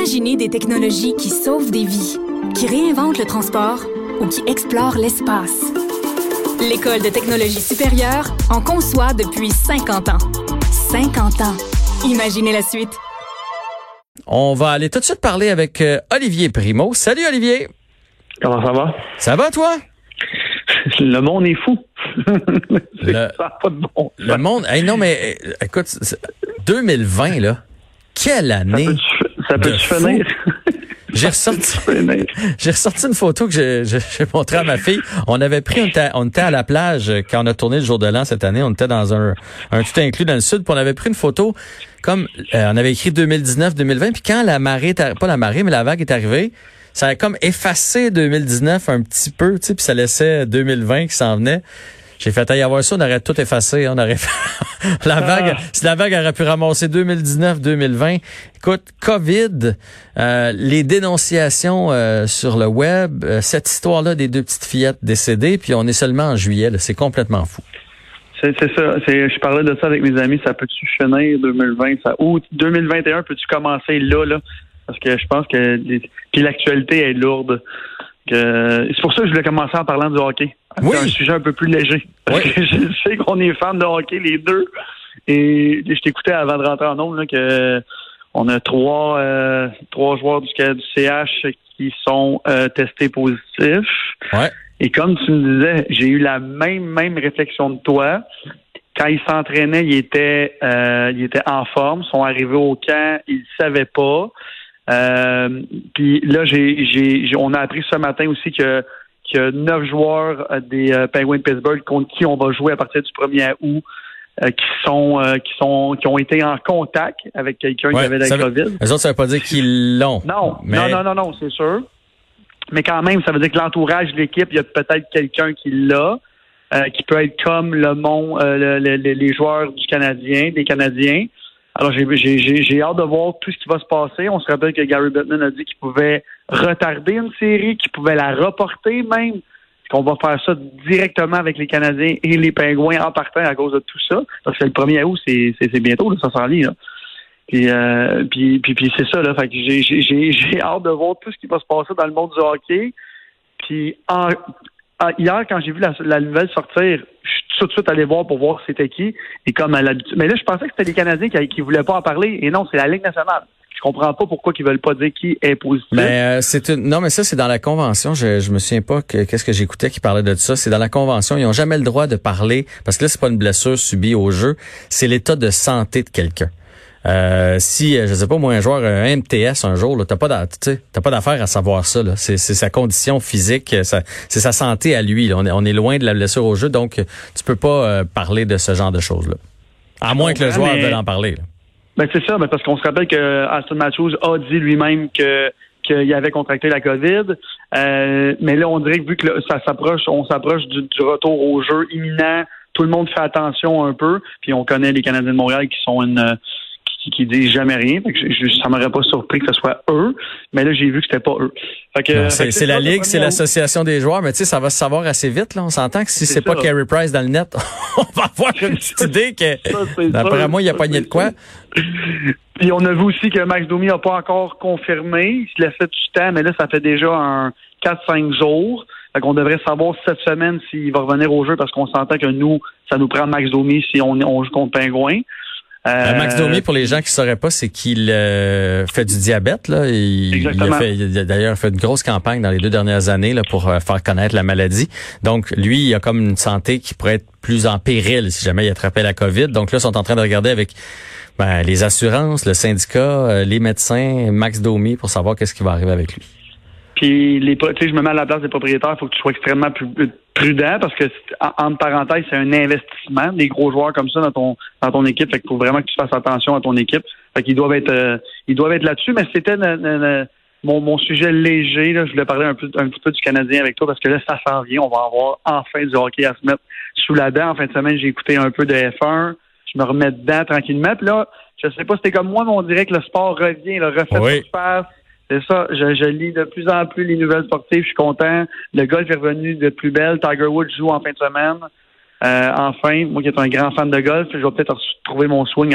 Imaginez des technologies qui sauvent des vies, qui réinventent le transport ou qui explorent l'espace. L'École de technologie supérieure en conçoit depuis 50 ans. 50 ans. Imaginez la suite. On va aller tout de suite parler avec Olivier Primo. Salut Olivier. Comment ça va? Ça va toi? Le monde est fou. Ça n'a pas de bon sens. Le monde... Hey, non, mais écoute, 2020, là, quelle année! Ça peut-tu finir? J'ai ressorti une photo que j'ai montrée à ma fille. On était à la plage quand on a tourné le jour de l'an cette année. On était dans un tout inclus dans le sud. Puis on avait pris une photo comme on avait écrit 2019-2020. Puis quand la marée, pas la marée, mais la vague est arrivée, ça a comme effacé 2019 un petit peu, tu sais, puis ça laissait 2020 qui s'en venait. J'ai fait, y avoir ça, on aurait tout effacé. On aurait la vague, si la vague aurait pu ramasser 2019-2020. Écoute, COVID, les dénonciations sur le web, cette histoire-là des deux petites fillettes décédées, puis on est seulement en juillet, là, c'est complètement fou. C'est ça. Je parlais de ça avec mes amis. Ça peut-tu finir 2020? Ou 2021, peux-tu commencer là? Parce que je pense que puis l'actualité est lourde. C'est pour ça que je voulais commencer en parlant du hockey. Oui. C'est un sujet un peu plus léger. Parce que je sais qu'on est fans de hockey, les deux. Et je t'écoutais avant de rentrer en ondes là, que on a trois joueurs du CH qui sont testés positifs. Ouais. Et comme tu me disais, j'ai eu la même réflexion de toi. Quand ils s'entraînaient, ils étaient en forme, ils sont arrivés au camp, ils ne savaient pas. Puis là, on a appris ce matin aussi qu'il y a 9 joueurs des Penguins de Pittsburgh contre qui on va jouer à partir du 1er août qui ont été en contact avec quelqu'un qui avait la COVID. Eux autres, ça veut pas dire qu'ils l'ont. Non, c'est sûr. Mais quand même, ça veut dire que l'entourage de l'équipe, il y a peut-être quelqu'un qui l'a, qui peut être comme les joueurs des Canadiens. Alors, j'ai hâte de voir tout ce qui va se passer. On se rappelle que Gary Bettman a dit qu'il pouvait retarder une série, qu'il pouvait la reporter même. Qu'on va faire ça directement avec les Canadiens et les Pingouins en partant à cause de tout ça. Parce que le 1er août, c'est bientôt, là, ça s'en vient, là. Puis c'est ça, là. Fait que j'ai hâte de voir tout ce qui va se passer dans le monde du hockey. Puis hier, quand j'ai vu la nouvelle sortir, je suis tout de suite allé voir pour voir c'était qui. Et comme à l'habitude. Mais là, je pensais que c'était les Canadiens qui voulaient pas en parler. Et non, c'est la Ligue nationale. Je comprends pas pourquoi ils veulent pas dire qui est positif. Mais non, mais ça, c'est dans la convention. Je me souviens pas qu'est-ce que j'écoutais qui parlait de ça. C'est dans la convention. Ils ont jamais le droit de parler parce que là, c'est pas une blessure subie au jeu. C'est l'état de santé de quelqu'un. Si, je sais pas, moi, un joueur, un MTS un jour, là, t'as pas d'affaire à savoir ça, là. C'est sa condition physique, c'est sa santé à lui, là. On est loin de la blessure au jeu, donc tu peux pas parler de ce genre de choses-là. À moins que le joueur veuille en parler, là. Ben, c'est ça, parce qu'on se rappelle que Auston Matthews a dit lui-même qu'il avait contracté la COVID. Mais là, on dirait que vu que on s'approche du retour au jeu imminent, tout le monde fait attention un peu, puis on connaît les Canadiens de Montréal qui sont qui disent jamais rien. Fait que ça m'aurait pas surpris que ce soit eux, mais là j'ai vu que c'était pas eux. C'est la Ligue, c'est l'association des joueurs, mais tu sais, ça va se savoir assez vite, là. On s'entend que si c'est pas Carey Price dans le net, on va avoir une petite idée que d'après moi, il a pogné de quoi. Puis on a vu aussi que Max Domi n'a pas encore confirmé. Il se laissait du temps, mais là, ça fait déjà un 4-5 jours. Fait qu'on devrait savoir cette semaine s'il va revenir au jeu parce qu'on s'entend que nous, ça nous prend Max Domi si on joue contre Pingouin. Max Domi, pour les gens qui ne sauraient pas, c'est qu'il fait du diabète, là. Il a d'ailleurs fait une grosse campagne dans les 2 dernières années là, pour faire connaître la maladie. Donc, lui, il a comme une santé qui pourrait être plus en péril si jamais il attrapait la COVID. Donc là, ils sont en train de regarder avec les assurances, le syndicat, les médecins, Max Domi, pour savoir qu'est-ce qui va arriver avec lui. Puis, je me mets à la place des propriétaires, il faut que tu sois extrêmement prudent parce que, entre parenthèses, c'est un investissement, des gros joueurs comme ça dans ton équipe. Fait qu'il faut vraiment que tu fasses attention à ton équipe. Fait qu'ils doivent être là-dessus. Mais c'était mon sujet léger. Là, je voulais parler un petit peu du Canadien avec toi parce que là, ça s'en vient. On va avoir enfin du hockey à se mettre sous la dent. En fin de semaine, j'ai écouté un peu de F1. Je me remets dedans tranquillement. Puis là, je sais pas si c'était comme moi, mais on dirait que le sport revient, le refait surface. C'est ça, je lis de plus en plus les nouvelles sportives, je suis content. Le golf est revenu de plus belle. Tiger Woods joue en fin de semaine. Enfin, moi qui est un grand fan de golf, je vais peut-être retrouver mon swing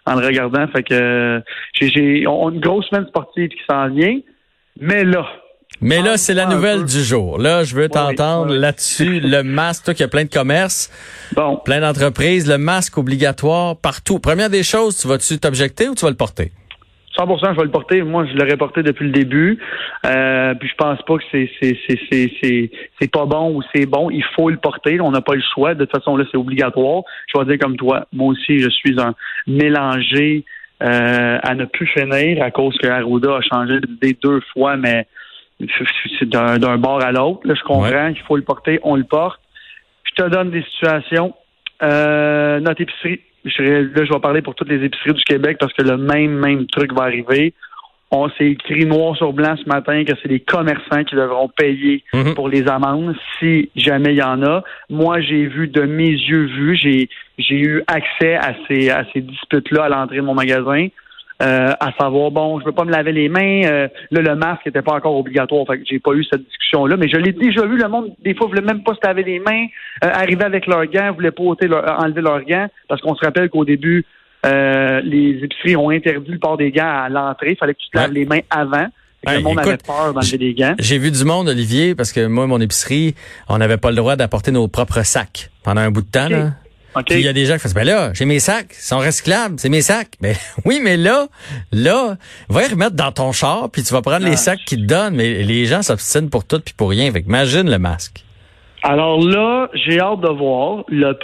en le regardant. Fait que on a une grosse semaine sportive qui s'en vient. Mais là, c'est la nouvelle du jour. Là, je veux t'entendre là-dessus. Le masque, toi qui as plein de commerces, plein d'entreprises, le masque obligatoire partout. Première des choses, tu vas-tu t'objecter ou tu vas le porter? 100%, je vais le porter. Moi, je l'aurais porté depuis le début. Puis je pense pas que c'est pas bon ou c'est bon. Il faut le porter. On n'a pas le choix. De toute façon, là, c'est obligatoire. Je vais dire comme toi. Moi aussi, je suis un mélangé à ne plus finir à cause que Arruda a changé d'idée 2 fois, mais c'est d'un bord à l'autre. Là, je comprends qu'il faut le porter. On le porte. Je te donne des situations. Notre épicerie. Je vais parler pour toutes les épiceries du Québec parce que le même truc va arriver. On s'est écrit noir sur blanc ce matin que c'est les commerçants qui devront payer pour les amendes si jamais il y en a. Moi, j'ai vu de mes yeux j'ai eu accès à ces disputes-là à l'entrée de mon magasin. À savoir, je veux pas me laver les mains. Là, le masque n'était pas encore obligatoire, fait que j'ai pas eu cette discussion-là. Mais je l'ai déjà vu, le monde, des fois, voulait même pas se laver les mains, arriver avec leurs gants, voulait pas enlever leurs gants, parce qu'on se rappelle qu'au début, les épiceries ont interdit le port des gants à l'entrée. Il fallait que tu te laves les mains avant. Le monde avait peur d'enlever des gants. J'ai vu du monde, Olivier, parce que moi, mon épicerie, on n'avait pas le droit d'apporter nos propres sacs pendant un bout de temps, là. Okay. Puis il y a des gens qui font, là, j'ai mes sacs, ils sont recyclables, c'est mes sacs. Mais oui, mais là, va y remettre dans ton char, puis tu vas prendre les sacs qu'ils te donnent. Mais les gens s'obstinent pour tout puis pour rien. Fait que imagine le masque. Alors là, j'ai hâte de voir la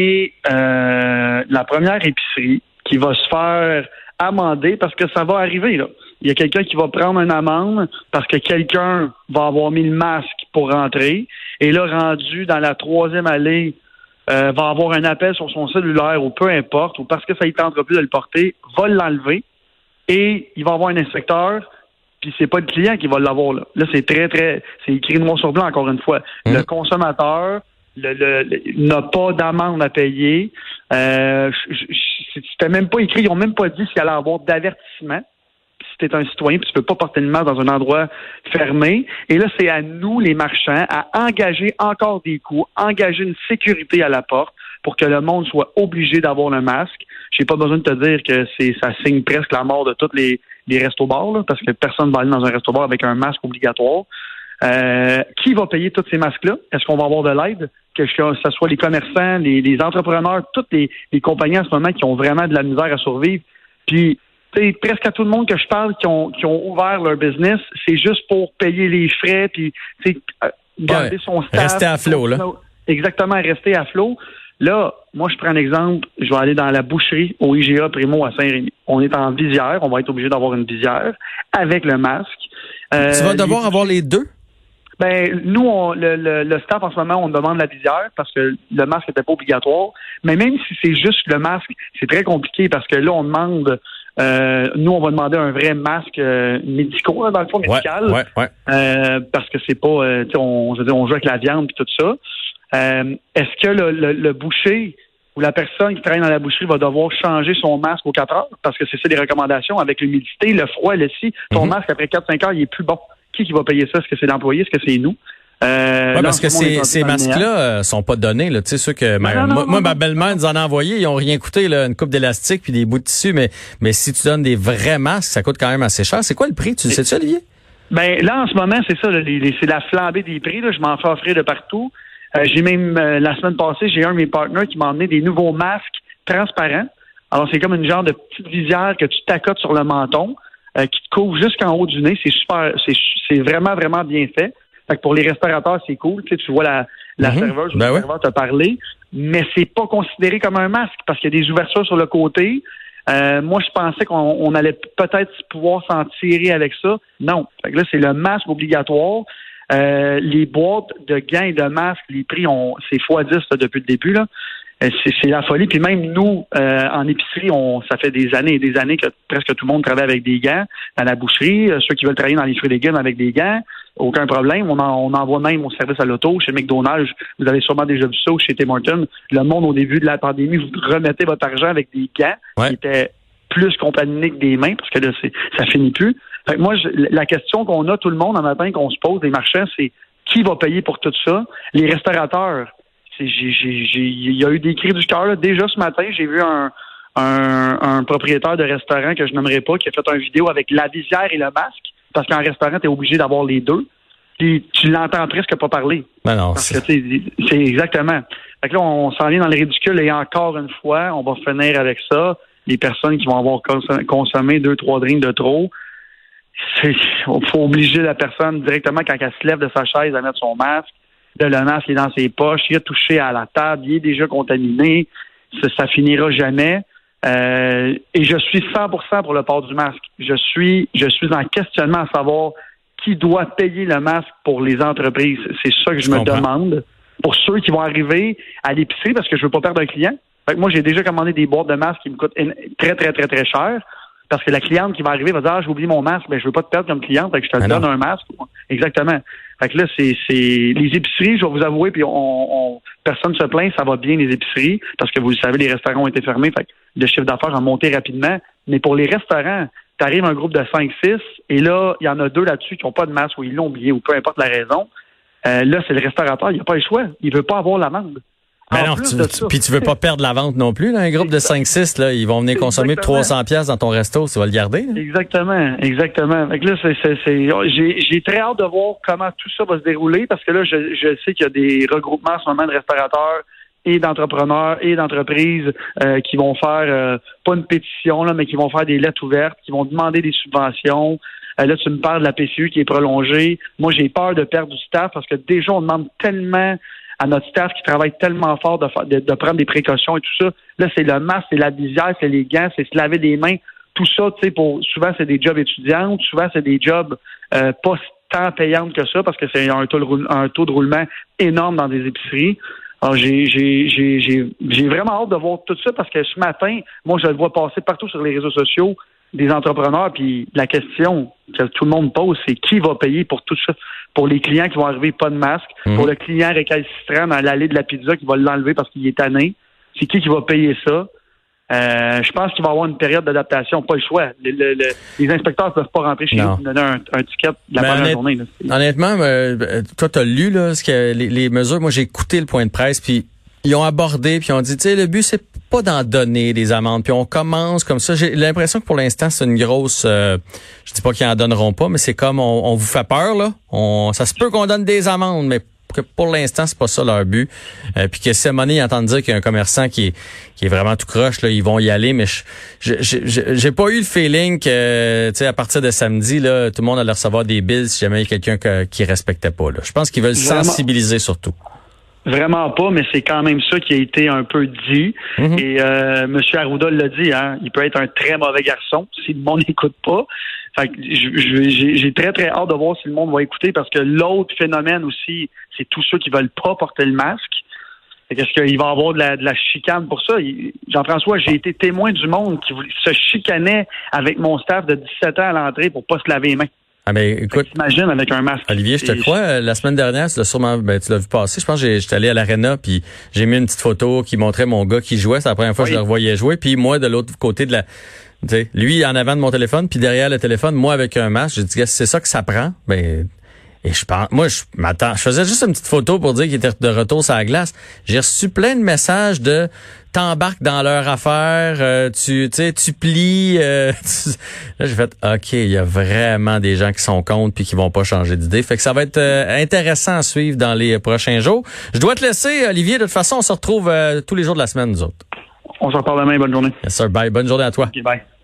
première épicerie qui va se faire amender parce que ça va arriver, là. Il y a quelqu'un qui va prendre une amende parce que quelqu'un va avoir mis le masque pour rentrer. Et là, rendu dans la 3e allée, va avoir un appel sur son cellulaire ou peu importe, ou parce que ça ne tentera plus de le porter, va l'enlever et il va avoir un inspecteur, puis c'est pas le client qui va l'avoir là. Là, c'est c'est écrit noir sur blanc encore une fois. Le consommateur n'a pas d'amende à payer. C'était même pas écrit, ils ont même pas dit s'il allait avoir d'avertissement. Si t'es un citoyen, puis tu peux pas porter une masque dans un endroit fermé. Et là, c'est à nous, les marchands, à engager encore des coûts, engager une sécurité à la porte pour que le monde soit obligé d'avoir le masque. J'ai pas besoin de te dire que ça signe presque la mort de tous les restos-bars, là, parce que personne va aller dans un resto-bar avec un masque obligatoire. Qui va payer tous ces masques-là? Est-ce qu'on va avoir de l'aide? Que ce soit les commerçants, les entrepreneurs, toutes les compagnies en ce moment qui ont vraiment de la misère à survivre. Puis, presque à tout le monde que je parle qui ont ouvert leur business, c'est juste pour payer les frais puis garder son staff. Rester à flot, là. Exactement, rester à flot. Là, moi, je prends un exemple. Je vais aller dans la boucherie au IGA Primo à Saint-Rémy. On est en visière. On va être obligé d'avoir une visière avec le masque. Tu vas devoir avoir les deux? Nous, le staff, en ce moment, on demande la visière parce que le masque n'était pas obligatoire. Mais même si c'est juste le masque, c'est très compliqué parce que là, on demande... nous, on va demander un vrai masque médical, dans le fond, médical. Parce que c'est pas... on joue avec la viande et tout ça. Est-ce que le boucher ou la personne qui travaille dans la boucherie va devoir changer son masque aux 4 heures? Parce que c'est ça les recommandations avec l'humidité, le froid, le ci. Ton masque, après 4-5 heures, il est plus bon. Qui va payer ça? Est-ce que c'est l'employé? Est-ce que c'est nous? Parce que ces masques-là sont pas donnés. Là. Tu sais, ceux que ma belle-mère nous en a envoyé, ils ont rien coûté, là, une coupe d'élastique puis des bouts de tissu. Mais si tu donnes des vrais masques, ça coûte quand même assez cher. C'est quoi le prix? Tu le sais-tu, Olivier? Là, en ce moment, c'est ça. C'est la flambée des prix. Là. Je m'en fais offrir de partout. J'ai même, la semaine passée, j'ai un de mes partenaires qui m'a emmené des nouveaux masques transparents. Alors, c'est comme une genre de petite visière que tu t'accotes sur le menton, qui te couvre jusqu'en haut du nez. C'est super, c'est vraiment, vraiment bien fait. Fait que pour les restaurateurs, c'est cool. Tu vois la serveuse ou le serveur te parler, mais c'est pas considéré comme un masque parce qu'il y a des ouvertures sur le côté. Moi, je pensais qu'on allait peut-être pouvoir s'en tirer avec ça. Non. Fait que là, c'est le masque obligatoire. Les boîtes de gants et de masques, les prix c'est x10 là, depuis le début. Là. C'est la folie. Puis même nous, en épicerie, ça fait des années et des années que presque tout le monde travaille avec des gants. Dans la boucherie, ceux qui veulent travailler dans les fruits et légumes avec des gants, aucun problème. On envoie même au service à l'auto. Chez McDonald's, vous avez sûrement déjà vu ça, ou chez Tim Hortons. Le monde, au début de la pandémie, vous remettez votre argent avec des gants qui étaient plus contaminés que des mains, parce que là, ça finit plus. Fait que moi, la question qu'on a tout le monde en matin, qu'on se pose, les marchands, c'est qui va payer pour tout ça? Les restaurateurs. Il y a eu des cris du cœur. Déjà ce matin, j'ai vu un un propriétaire de restaurant que je nommerai pas, qui a fait une vidéo avec la visière et le masque, parce qu'en restaurant, tu es obligé d'avoir les deux. Puis tu l'entends presque pas parler. Ben non, parce que c'est exactement. Fait que là, on s'en vient dans le ridicule et encore une fois, on va finir avec ça. Les personnes qui vont avoir consommé 2-3 drinks de trop, faut obliger la personne directement quand elle se lève de sa chaise à mettre son masque. Le masque est dans ses poches, il a touché à la table, il est déjà contaminé. Ça finira jamais. Et je suis 100% pour le port du masque. Je suis en questionnement à savoir qui doit payer le masque pour les entreprises. C'est ça que je me demande. Pour ceux qui vont arriver à l'épicerie, parce que je veux pas perdre un client. Fait que moi, j'ai déjà commandé des boîtes de masques qui me coûtent très, très, très, très cher. Parce que la cliente qui va arriver va dire, j'ai oublié mon masque, je veux pas te perdre comme cliente, fait que je te donne un masque. Exactement. Fait que là, c'est les épiceries, je vais vous avouer, puis personne se plaint, ça va bien les épiceries, parce que vous le savez, les restaurants ont été fermés, fait que le chiffre d'affaires a monté rapidement. Mais pour les restaurants, t'arrives un groupe de 5-6, et là, il y en a 2 là-dessus qui n'ont pas de masque, ou ils l'ont oublié, ou peu importe la raison. Là, c'est le restaurateur, il n'a pas le choix. Il veut pas avoir l'amende. Mais non, puis tu veux pas perdre la vente non plus, là. Un groupe de 5-6, là, ils vont venir consommer 300 pièces dans ton resto, tu vas le garder, là. Exactement. Fait que là, j'ai très hâte de voir comment tout ça va se dérouler, parce que là, je sais qu'il y a des regroupements en ce moment de restaurateurs et d'entrepreneurs et d'entreprises qui vont faire pas une pétition, là, mais qui vont faire des lettres ouvertes, qui vont demander des subventions. Là, tu me parles de la PCU qui est prolongée. Moi, j'ai peur de perdre du staff, parce que déjà, on demande tellement à notre staff qui travaille tellement fort de prendre des précautions et tout ça. Là, c'est le masque, c'est la visière, c'est les gants, c'est se laver les mains. Tout ça, tu sais, souvent, c'est des jobs étudiants, souvent, c'est des jobs pas tant payantes que ça, parce que c'est un taux de roulement énorme dans des épiceries. Alors, j'ai vraiment hâte de voir tout ça, parce que ce matin, moi, je le vois passer partout sur les réseaux sociaux, des entrepreneurs, puis la question que tout le monde pose, c'est qui va payer pour tout ça? Pour les clients qui vont arriver pas de masque, pour le client récalcitrant dans l'allée de la pizza qui va l'enlever parce qu'il est tanné, c'est qui va payer ça? Je pense qu'il va y avoir une période d'adaptation, pas le choix. Les inspecteurs ne peuvent pas rentrer chez nous et donner un ticket de la première journée. Là. Honnêtement, toi, tu as lu là, les mesures. Moi, j'ai écouté le point de presse, puis ils ont abordé, puis ils ont dit, tu sais, le but, c'est pas d'en donner des amendes, puis on commence comme ça. J'ai l'impression que pour l'instant, c'est une grosse... je dis pas qu'ils en donneront pas, mais c'est comme on vous fait peur, là. Ça se peut qu'on donne des amendes, mais que pour l'instant, c'est pas ça leur but. Puis que si à un moment donné, ils entendent dire qu'il y a un commerçant qui est vraiment tout croche, là, ils vont y aller, mais j'ai pas eu le feeling que, tu sais, à partir de samedi, là, tout le monde allait recevoir des bills si jamais il y a quelqu'un qui respectait pas, là. Je pense qu'ils veulent sensibiliser surtout. Vraiment pas, mais c'est quand même ça qui a été un peu dit. Et M. Arruda l'a dit, hein, il peut être un très mauvais garçon si le monde n'écoute pas. Fait que j'ai très, très hâte de voir si le monde va écouter, parce que l'autre phénomène aussi, c'est tous ceux qui veulent pas porter le masque. Est-ce qu'il va y avoir de la chicane pour ça? Jean-François, j'ai été témoin du monde qui se chicanait avec mon staff de 17 ans à l'entrée pour pas se laver les mains. Ah ben écoute, t'imagines avec un masque. Olivier, je te crois, la semaine dernière, tu l'as vu passer. Je pense que j'étais allé à l'aréna, puis j'ai mis une petite photo qui montrait mon gars qui jouait. C'est la première fois que je le revoyais jouer. Puis moi, de l'autre côté de tu sais, lui en avant de mon téléphone, puis derrière le téléphone, moi avec un masque. J'ai dit, c'est ça que ça prend. Et je pense, moi, je faisais juste une petite photo pour dire qu'il était de retour sur la glace. J'ai reçu plein de messages de t'embarques dans leur affaire, tu plies. Là, j'ai fait, OK, il y a vraiment des gens qui sont contre puis qui vont pas changer d'idée. Fait que ça va être intéressant à suivre dans les prochains jours. Je dois te laisser, Olivier. De toute façon, on se retrouve tous les jours de la semaine, nous autres. On se reparle demain. Bonne journée. Yes, sir. Bye. Bonne journée à toi. Okay, bye.